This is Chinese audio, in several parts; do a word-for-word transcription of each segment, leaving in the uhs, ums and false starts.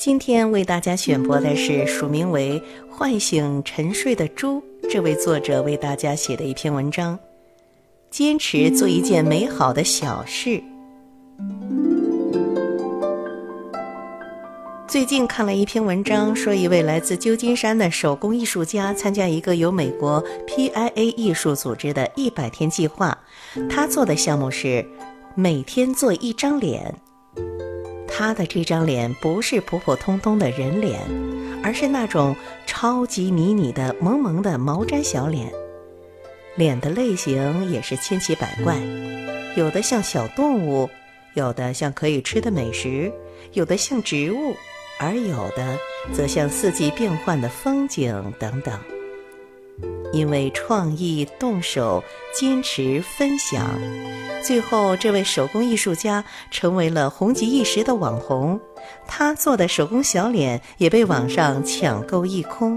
今天为大家选播的是署名为唤醒沉睡的猪这位作者为大家写的一篇文章，坚持做一件美好的小事。最近看了一篇文章，说一位来自旧金山的手工艺术家参加一个由美国 P I A 艺术组织的一百天计划，他做的项目是每天做一张脸。他的这张脸不是普普通通的人脸，而是那种超级迷你的萌萌的毛毡小脸。脸的类型也是千奇百怪，有的像小动物，有的像可以吃的美食，有的像植物，而有的则像四季变换的风景等等。因为创意、动手、坚持、分享，最后这位手工艺术家成为了红极一时的网红，他做的手工小脸也被网上抢购一空。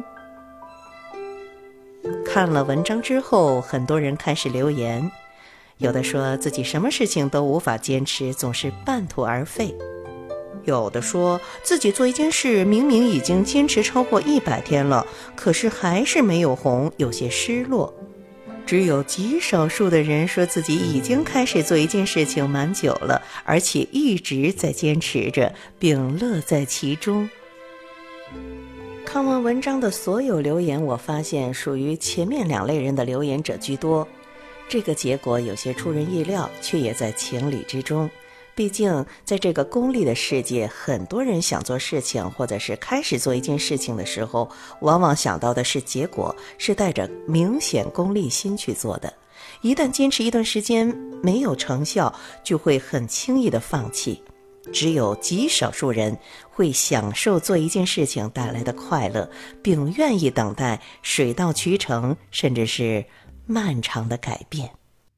看了文章之后，很多人开始留言，有的说自己什么事情都无法坚持，总是半途而废；有的说自己做一件事明明已经坚持超过一百天了，可是还是没有红，有些失落。只有极少数的人说自己已经开始做一件事情蛮久了，而且一直在坚持着，并乐在其中。看完文章的所有留言，我发现属于前面两类人的留言者居多，这个结果有些出人意料，却也在情理之中。毕竟在这个功利的世界，很多人想做事情或者是开始做一件事情的时候，往往想到的是结果，是带着明显功利心去做的。一旦坚持一段时间没有成效，就会很轻易的放弃。只有极少数人会享受做一件事情带来的快乐，并愿意等待水到渠成，甚至是漫长的改变。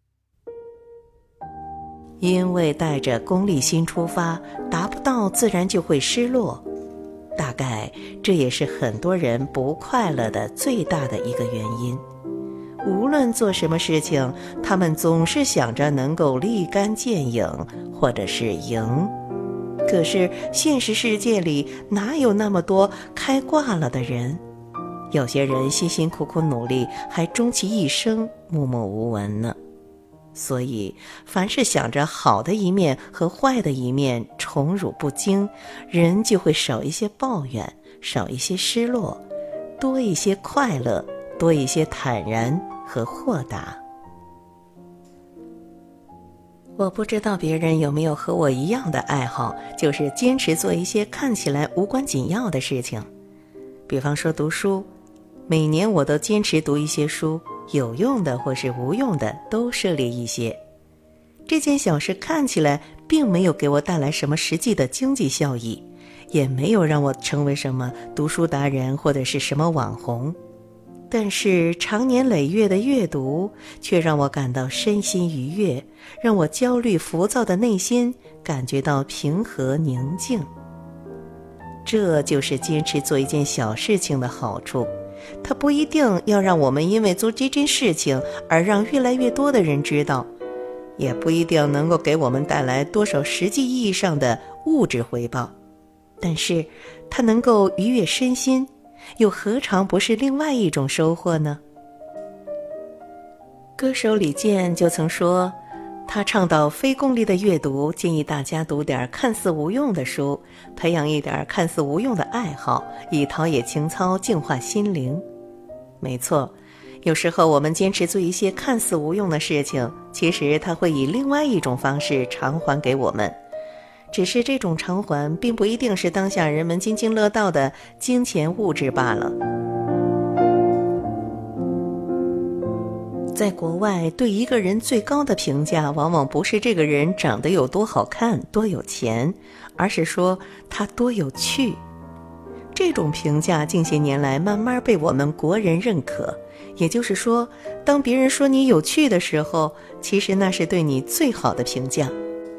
因为带着功利心出发，达不到自然就会失落，大概这也是很多人不快乐的最大的一个原因。无论做什么事情，他们总是想着能够立竿见影，或者是赢。可是现实世界里哪有那么多开挂了的人？有些人辛辛苦苦努力，还终其一生默默无闻呢。所以凡是想着好的一面和坏的一面宠辱不惊，人就会少一些抱怨，少一些失落，多一些快乐，多一些坦然和豁达。我不知道别人有没有和我一样的爱好，就是坚持做一些看起来无关紧要的事情。比方说读书，每年我都坚持读一些书，有用的或是无用的都涉猎一些。这件小事看起来并没有给我带来什么实际的经济效益，也没有让我成为什么读书达人或者是什么网红，但是长年累月的阅读却让我感到身心愉悦，让我焦虑浮躁的内心感觉到平和宁静。这就是坚持做一件小事情的好处，它不一定要让我们因为做这件事情而让越来越多的人知道，也不一定能够给我们带来多少实际意义上的物质回报，但是它能够愉悦身心，又何尝不是另外一种收获呢？歌手李健就曾说，他倡导非功利的阅读，建议大家读点看似无用的书，培养一点看似无用的爱好，以陶冶情操，净化心灵。没错，有时候我们坚持做一些看似无用的事情，其实它会以另外一种方式偿还给我们，只是这种偿还并不一定是当下人们津津乐道的金钱物质罢了。在国外，对一个人最高的评价往往不是这个人长得有多好看，多有钱，而是说他多有趣。这种评价近些年来慢慢被我们国人认可，也就是说，当别人说你有趣的时候，其实那是对你最好的评价。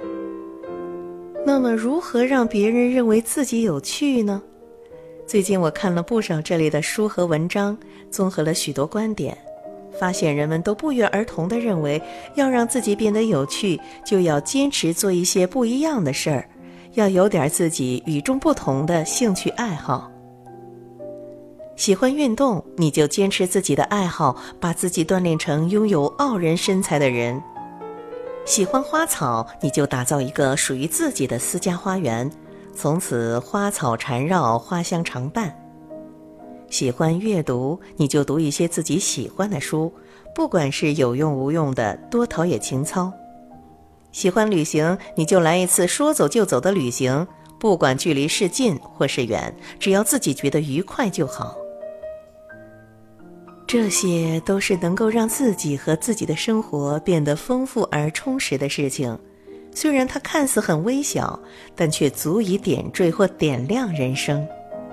那么如何让别人认为自己有趣呢？最近我看了不少这类的书和文章，综合了许多观点，发现人们都不约而同地认为，要让自己变得有趣，就要坚持做一些不一样的事儿， 要有点自己与众不同的兴趣爱好。喜欢运动，你就坚持自己的爱好，把自己锻炼成拥有傲人身材的人。喜欢花草，你就打造一个属于自己的私家花园，从此花草缠绕，花香常伴。喜欢阅读，你就读一些自己喜欢的书，不管是有用无用的，多陶冶情操。喜欢旅行，你就来一次说走就走的旅行，不管距离是近或是远，只要自己觉得愉快就好。这些都是能够让自己和自己的生活变得丰富而充实的事情，虽然它看似很微小，但却足以点缀或点亮人生。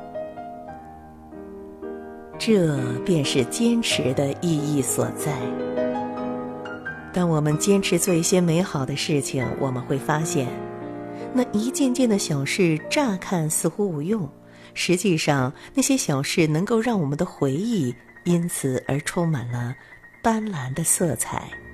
这便是坚持的意义所在。当我们坚持做一些美好的事情，我们会发现，那一件件的小事乍看似乎无用，实际上那些小事能够让我们的回忆因此而充满了斑斓的色彩。